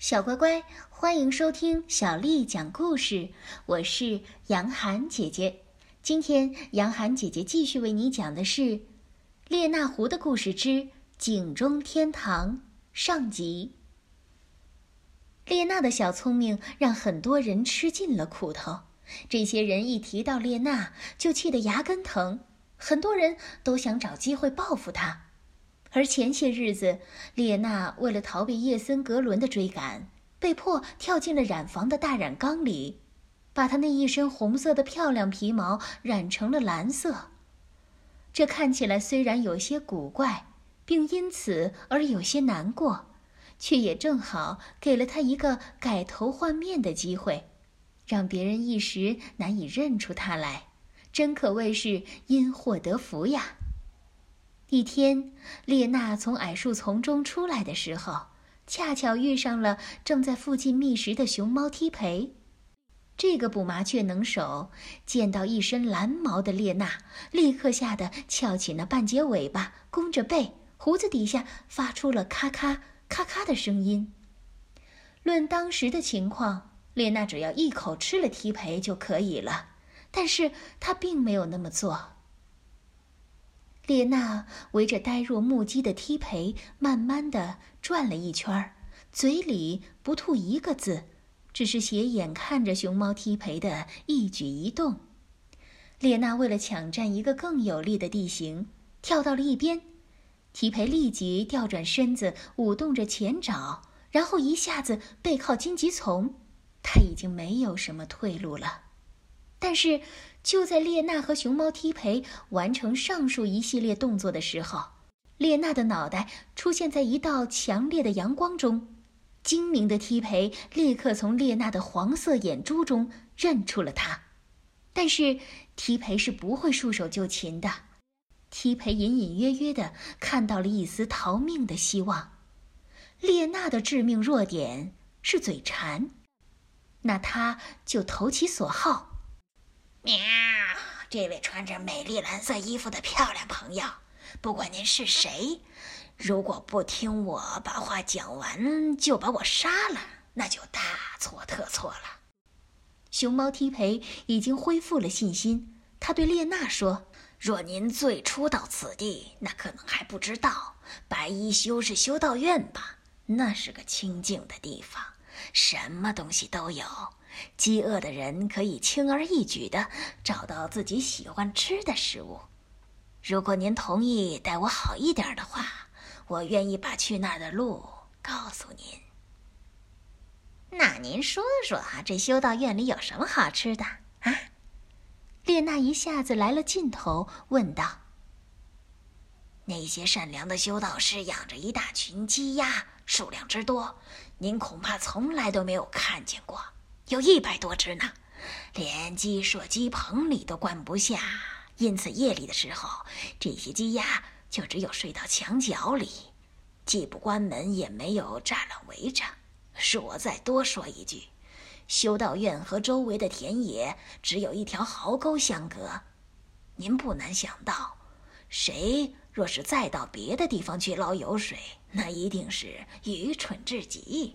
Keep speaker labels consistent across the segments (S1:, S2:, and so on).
S1: 小乖乖，欢迎收听小丽讲故事，我是杨涵姐姐。今天杨涵姐姐继续为你讲的是《列那狐的故事之井中天堂》上集。列那的小聪明让很多人吃尽了苦头，这些人一提到列那就气得牙根疼，很多人都想找机会报复他。而前些日子，列那为了逃避叶森格伦的追赶，被迫跳进了染房的大染缸里，把他那一身红色的漂亮皮毛染成了蓝色。这看起来虽然有些古怪，并因此而有些难过，却也正好给了他一个改头换面的机会，让别人一时难以认出他来，真可谓是因祸得福呀。一天，列那从矮树丛中出来的时候，恰巧遇上了正在附近觅食的熊猫踢培。这个捕麻雀能手见到一身蓝毛的列那，立刻吓得翘起那半截尾巴，弓着背，胡子底下发出了咔咔咔咔的声音。论当时的情况，列那只要一口吃了踢培就可以了，但是他并没有那么做。列那围着呆若木鸡的踢培慢慢地转了一圈，嘴里不吐一个字，只是斜眼看着熊猫踢培的一举一动。列那为了抢占一个更有利的地形，跳到了一边，踢培立即调转身子，舞动着前爪，然后一下子背靠荆棘丛，他已经没有什么退路了。但是就在列那和熊猫踢培完成上述一系列动作的时候，列那的脑袋出现在一道强烈的阳光中，精明的踢培立刻从列那的黄色眼珠中认出了他。但是踢培是不会束手就擒的，踢培隐隐约约地看到了一丝逃命的希望。列那的致命弱点是嘴馋，那他就投其所好。
S2: 喵！这位穿着美丽蓝色衣服的漂亮朋友，不管您是谁，如果不听我把话讲完就把我杀了，那就大错特错了。
S1: 熊猫踢培已经恢复了信心，他对列那说：
S2: 若您最初到此地，那可能还不知道白衣修是修道院吧？那是个清静的地方，什么东西都有，饥饿的人可以轻而易举地找到自己喜欢吃的食物。如果您同意待我好一点的话，我愿意把去那儿的路告诉您。那您说说这修道院里有什么好吃的啊？
S1: 列那一下子来了劲头，问道。
S2: 那些善良的修道士养着一大群鸡鸭，数量之多，您恐怕从来都没有看见过，有100多只呢，连鸡舍鸡棚里都关不下，因此夜里的时候，这些鸡鸭就只有睡到墙角里，既不关门，也没有栅栏围着。恕我再多说一句，修道院和周围的田野只有一条壕沟相隔，您不难想到，谁若是再到别的地方去捞油水，那一定是愚蠢至极。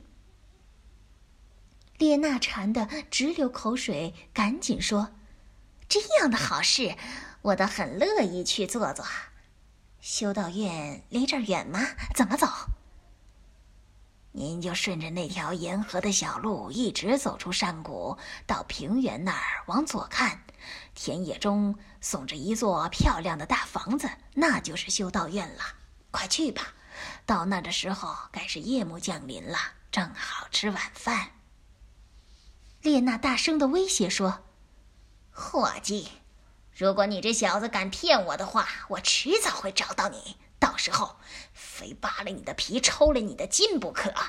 S1: 列那馋得直流口水，赶紧说：
S2: 这样的好事我倒很乐意去做做。修道院离这儿远吗？怎么走？您就顺着那条沿河的小路一直走出山谷，到平原那儿往左看，田野中耸着一座漂亮的大房子，那就是修道院了。快去吧，到那的时候该是夜幕降临了，正好吃晚饭。
S1: 列那大声地威胁说：
S2: 伙计，如果你这小子敢骗我的话，我迟早会找到你，到时候非扒了你的皮抽了你的筋不可。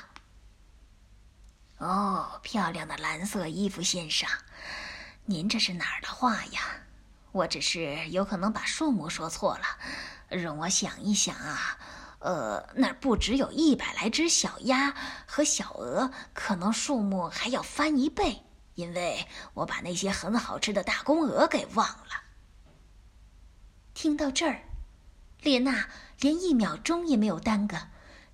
S2: 哦，漂亮的蓝色衣服先生，您这是哪儿的话呀？我只是有可能把数目说错了，容我想一想啊。那儿不只有100来只小鸭和小鹅，可能数目还要翻1倍，因为我把那些很好吃的大公鹅给忘了。
S1: 听到这儿，列那连1秒钟也没有耽搁，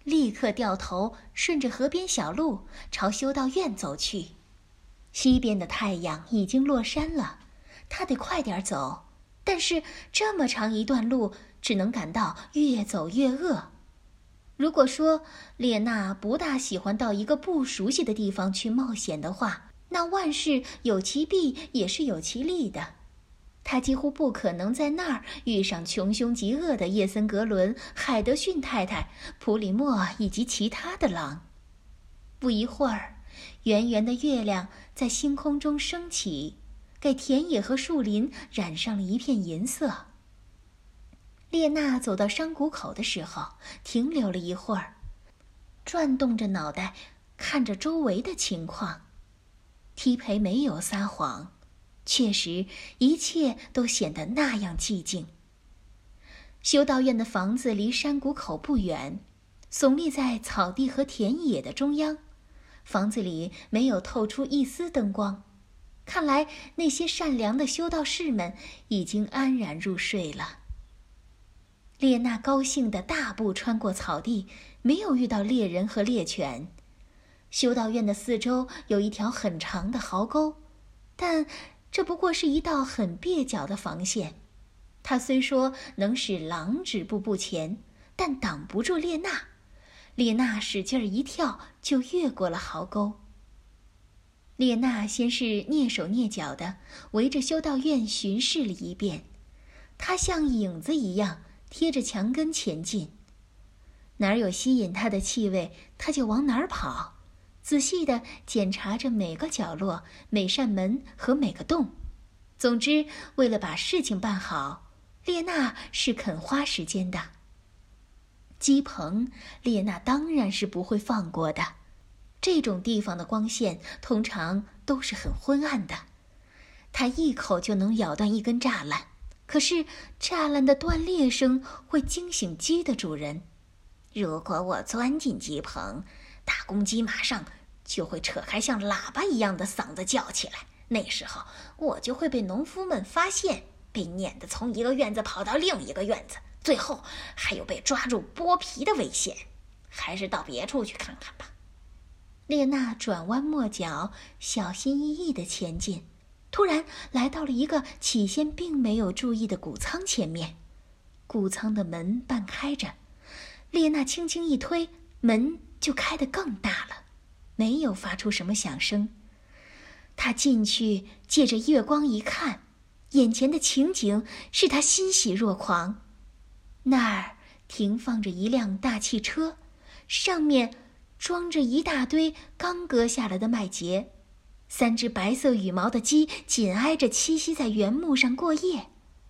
S1: 立刻掉头，顺着河边小路朝修道院走去。西边的太阳已经落山了，他得快点走，但是这么长一段路，只能感到越走越饿。如果说列娜不大喜欢到一个不熟悉的地方去冒险的话，那万事有其弊也是有其利的。他几乎不可能在那儿遇上穷凶极恶的叶森格伦、海德逊太太、普里莫以及其他的狼。不一会儿，圆圆的月亮在星空中升起，给田野和树林染上了一片银色。列娜走到山谷口的时候，停留了一会儿，转动着脑袋，看着周围的情况。梯培没有撒谎，确实一切都显得那样寂静。修道院的房子离山谷口不远，耸立在草地和田野的中央，房子里没有透出一丝灯光，看来那些善良的修道士们已经安然入睡了。列娜高兴地大步穿过草地，没有遇到猎人和猎犬。修道院的四周有一条很长的壕沟，但这不过是一道很蹩脚的防线。它虽说能使狼止步不前，但挡不住列娜。列娜使劲儿一跳，就越过了壕沟。列娜先是蹑手蹑脚地围着修道院巡视了一遍，她像影子一样贴着墙根前进，哪儿有吸引她的气味，她就往哪儿跑，仔细地检查着每个角落、每扇门和每个洞。总之，为了把事情办好，列娜是肯花时间的。鸡棚，列娜当然是不会放过的。这种地方的光线通常都是很昏暗的，她一口就能咬断一根栅栏，可是栅栏的断裂声会惊醒鸡的主人。
S2: 如果我钻进鸡棚，大公鸡马上就会扯开像喇叭一样的嗓子叫起来，那时候我就会被农夫们发现，被撵得从一个院子跑到另一个院子，最后还有被抓住剥皮的危险。还是到别处去看看吧。
S1: 列娜转弯抹角，小心翼翼地前进，突然来到了一个起先并没有注意的谷仓前面。谷仓的门半开着，列娜轻轻一推，门就开得更大了，没有发出什么响声。她进去，借着月光一看，眼前的情景使她欣喜若狂。那儿停放着一辆大汽车，上面装着一大堆刚割下来的麦秸，3只白色羽毛的鸡紧挨着栖息在原木上过夜。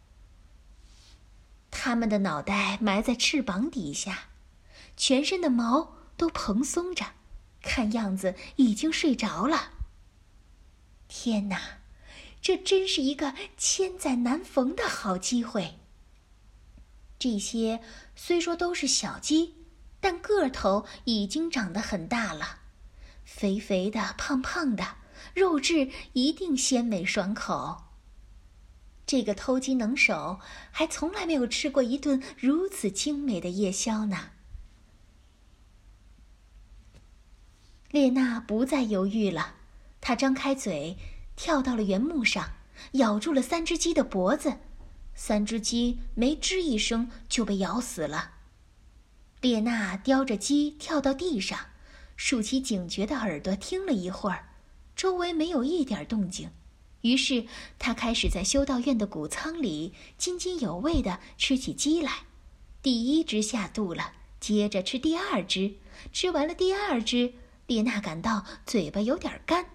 S1: 它们的脑袋埋在翅膀底下，全身的毛都蓬松着，看样子已经睡着了。天哪，这真是一个千载难逢的好机会。这些虽说都是小鸡，但个头已经长得很大了，肥肥的、胖胖的，肉质一定鲜美爽口。这个偷鸡能手还从来没有吃过一顿如此精美的夜宵呢。列娜不再犹豫了，她张开嘴，跳到了原木上，咬住了3只鸡的脖子。3只鸡没吱一声就被咬死了。列娜叼着鸡跳到地上，竖起警觉的耳朵听了一会儿，周围没有一点动静。于是她开始在修道院的谷仓里津津有味地吃起鸡来。第1只下肚了，接着吃第2只，吃完了第2只，列娜感到嘴巴有点干。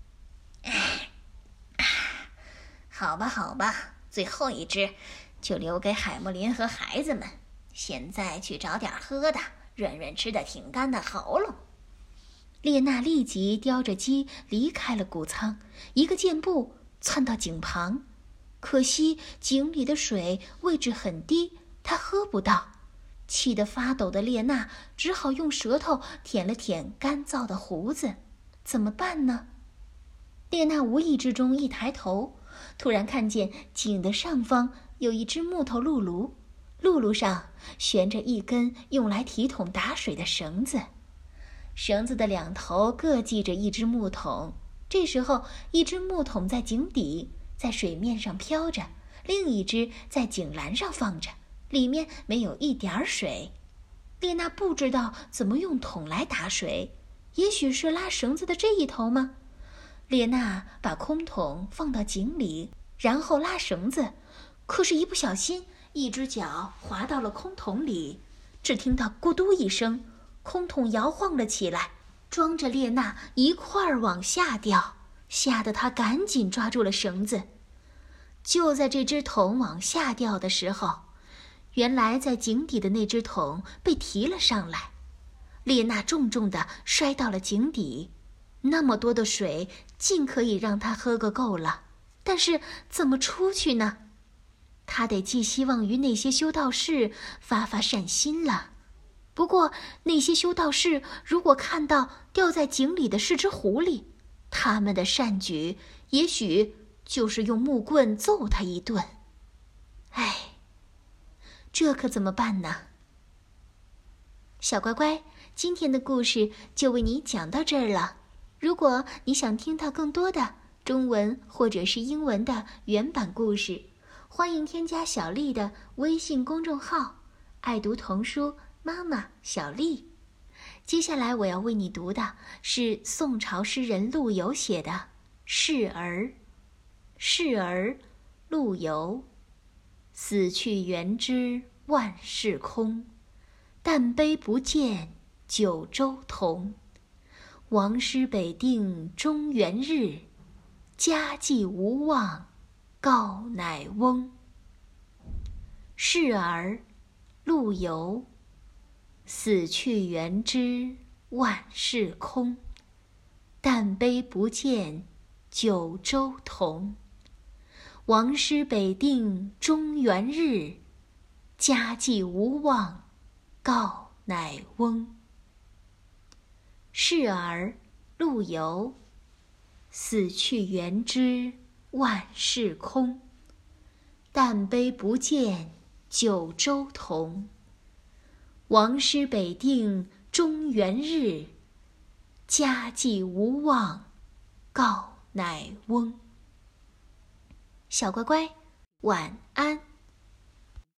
S2: 好吧好吧，最后1只就留给海默林和孩子们，现在去找点喝的，润润吃的挺干的喉咙。
S1: 列娜立即叼着鸡离开了谷仓，一个箭步窜到井旁。可惜井里的水位置很低，她喝不到。气得发抖的列娜只好用舌头舔了舔干燥的胡子。怎么办呢？列娜无意之中一抬头，突然看见井的上方有一只木头辘轳， 辘轳上悬着一根用来提桶打水的绳子，绳子的两头各系着一只木桶。这时候，一只木桶在井底，在水面上飘着，另一只在井栏上放着，里面没有一点水。列娜不知道怎么用桶来打水，也许是拉绳子的这一头吗？列娜把空桶放到井里，然后拉绳子，可是一不小心，一只脚滑到了空桶里，只听到咕嘟一声，空桶摇晃了起来，装着列娜一块儿往下掉，吓得她赶紧抓住了绳子。就在这只桶往下掉的时候，原来在井底的那只桶被提了上来，列娜重重地摔到了井底。那么多的水尽可以让她喝个够了，但是怎么出去呢？她得寄希望于那些修道士发发善心了。不过那些修道士如果看到掉在井里的是只狐狸，他们的善举也许就是用木棍揍他一顿。唉，这可怎么办呢？小乖乖，今天的故事就为你讲到这儿了。如果你想听到更多的中文或者是英文的原版故事，欢迎添加小丽的微信公众号“爱读童书妈妈小丽”。接下来我要为你读的是宋朝诗人陆游写的《示儿》。示儿，陆游。死去元知万事空，但悲不见九州同。王师北定中原日，家祭无忘告乃翁。示儿，陆游。死去元知万事空，但悲不见九州同。王师北定中原日，家祭无忘告乃翁。示儿，陆游。死去元知万事空，但悲不见九州同。王师北定中原日，家祭无忘告乃翁。小乖乖，晚安。